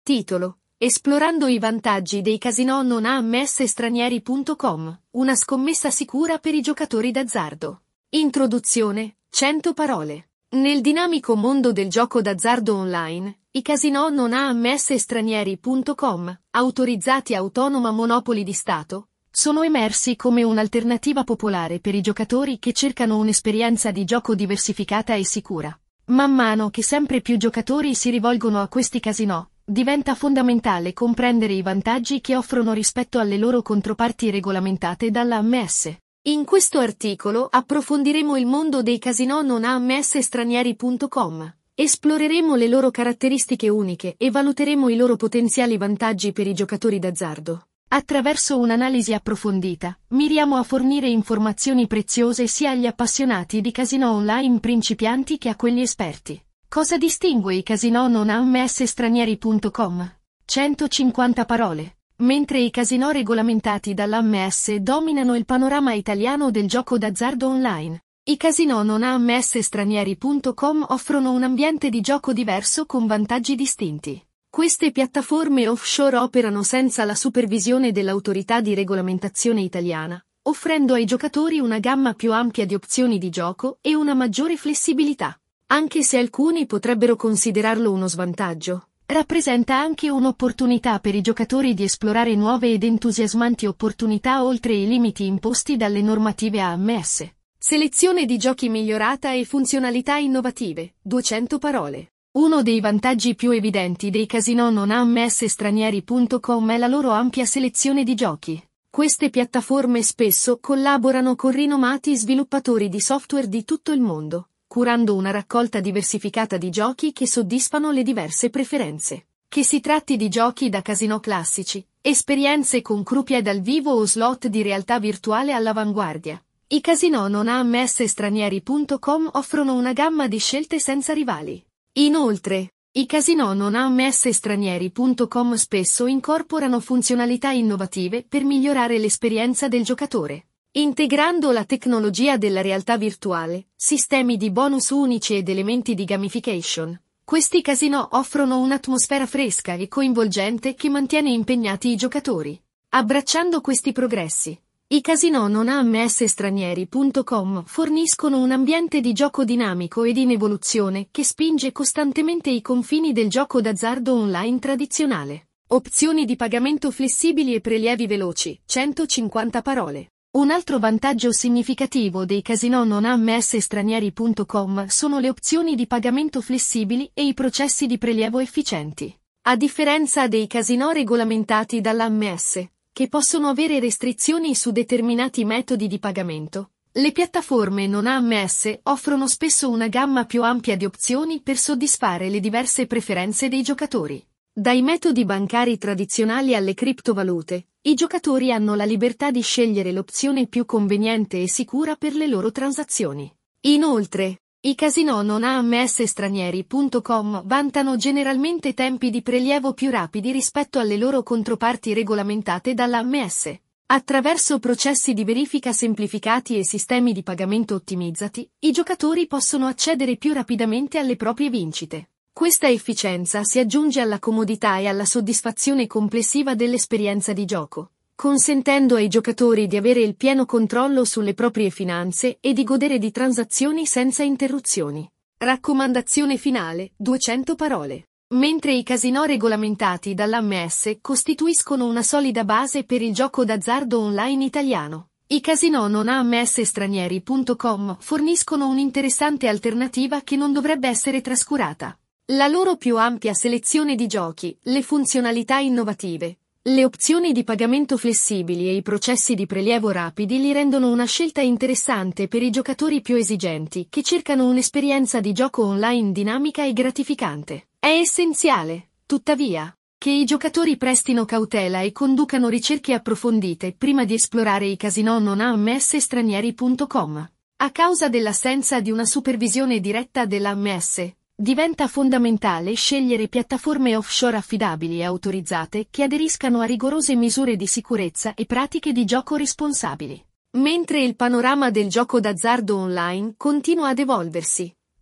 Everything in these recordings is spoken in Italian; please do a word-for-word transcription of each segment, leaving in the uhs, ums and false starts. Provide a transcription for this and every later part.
Titolo: Esplorando i vantaggi dei casinò non ammesse stranieri punto com, una scommessa sicura per i giocatori d'azzardo. Introduzione, cento parole. Nel dinamico mondo del gioco d'azzardo online, i casinò non ammesse stranieri punto com, autorizzati autonoma monopoli di Stato, sono emersi come un'alternativa popolare per i giocatori che cercano un'esperienza di gioco diversificata e sicura. Man mano che sempre più giocatori si rivolgono a questi casinò, diventa fondamentale comprendere i vantaggi che offrono rispetto alle loro controparti regolamentate dall'A M S. In questo articolo approfondiremo il mondo dei casinò non ammesse stranieri punto com, esploreremo le loro caratteristiche uniche e valuteremo i loro potenziali vantaggi per i giocatori d'azzardo. Attraverso un'analisi approfondita, miriamo a fornire informazioni preziose sia agli appassionati di casinò online principianti che a quelli esperti. Cosa distingue i casinò non ammesse stranieri punto com? centocinquanta parole. Mentre i casinò regolamentati dall'A M S dominano il panorama italiano del gioco d'azzardo online, i casinò non ammesse stranieri punto com offrono un ambiente di gioco diverso con vantaggi distinti. Queste piattaforme offshore operano senza la supervisione dell'autorità di regolamentazione italiana, offrendo ai giocatori una gamma più ampia di opzioni di gioco e una maggiore flessibilità. Anche se alcuni potrebbero considerarlo uno svantaggio, rappresenta anche un'opportunità per i giocatori di esplorare nuove ed entusiasmanti opportunità oltre i limiti imposti dalle normative A M S. Selezione di giochi migliorata e funzionalità innovative, duecento parole. Uno dei vantaggi più evidenti dei casinò non ammesse stranieri punto com è la loro ampia selezione di giochi. Queste piattaforme spesso collaborano con rinomati sviluppatori di software di tutto il mondo, curando una raccolta diversificata di giochi che soddisfano le diverse preferenze. Che si tratti di giochi da casinò classici, esperienze con croupier dal vivo o slot di realtà virtuale all'avanguardia, i casinò non ammesse stranieri punto com offrono una gamma di scelte senza rivali. Inoltre, i casinò non ammesse stranieri punto com spesso incorporano funzionalità innovative per migliorare l'esperienza del giocatore, integrando la tecnologia della realtà virtuale, sistemi di bonus unici ed elementi di gamification. Questi casinò offrono un'atmosfera fresca e coinvolgente che mantiene impegnati i giocatori. Abbracciando questi progressi, i casinò non ammesse stranieri punto com forniscono un ambiente di gioco dinamico ed in evoluzione che spinge costantemente i confini del gioco d'azzardo online tradizionale. Opzioni di pagamento flessibili e prelievi veloci, centocinquanta parole. Un altro vantaggio significativo dei casinò non ammesse stranieri punto com sono le opzioni di pagamento flessibili e i processi di prelievo efficienti. A differenza dei casinò regolamentati dall'A M S, che possono avere restrizioni su determinati metodi di pagamento, le piattaforme non A M S offrono spesso una gamma più ampia di opzioni per soddisfare le diverse preferenze dei giocatori. Dai metodi bancari tradizionali alle criptovalute, i giocatori hanno la libertà di scegliere l'opzione più conveniente e sicura per le loro transazioni. Inoltre, i casinò non ammesse stranieri punto com vantano generalmente tempi di prelievo più rapidi rispetto alle loro controparti regolamentate dall'A M S. Attraverso processi di verifica semplificati e sistemi di pagamento ottimizzati, i giocatori possono accedere più rapidamente alle proprie vincite. Questa efficienza si aggiunge alla comodità e alla soddisfazione complessiva dell'esperienza di gioco, consentendo ai giocatori di avere il pieno controllo sulle proprie finanze e di godere di transazioni senza interruzioni. Raccomandazione finale, duecento parole. Mentre i casinò regolamentati dall'A M S costituiscono una solida base per il gioco d'azzardo online italiano, i casinò non ammesse stranieri punto com forniscono un'interessante alternativa che non dovrebbe essere trascurata. La loro più ampia selezione di giochi, le funzionalità innovative, le opzioni di pagamento flessibili e i processi di prelievo rapidi li rendono una scelta interessante per i giocatori più esigenti che cercano un'esperienza di gioco online dinamica e gratificante. È essenziale, tuttavia, che i giocatori prestino cautela e conducano ricerche approfondite prima di esplorare i casinò non ammesse stranieri punto com. A causa dell'assenza di una supervisione diretta dell'A M S, diventa fondamentale scegliere piattaforme offshore affidabili e autorizzate che aderiscano a rigorose misure di sicurezza e pratiche di gioco responsabili. Mentre il panorama del gioco d'azzardo online continua ad evolversi,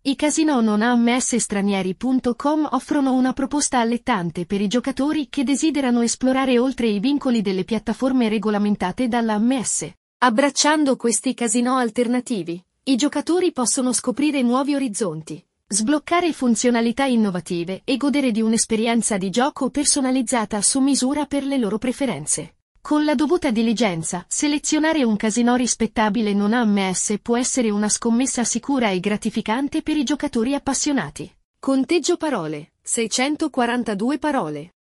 I casinò non ammesse stranieri punto com offrono una proposta allettante per i giocatori che desiderano esplorare oltre i vincoli delle piattaforme regolamentate dalla A M S. Abbracciando questi casinò alternativi, i giocatori possono scoprire nuovi orizzonti, sbloccare funzionalità innovative e godere di un'esperienza di gioco personalizzata su misura per le loro preferenze. Con la dovuta diligenza, selezionare un casinò rispettabile non A M S può essere una scommessa sicura e gratificante per i giocatori appassionati. Conteggio parole, seicentoquarantadue parole.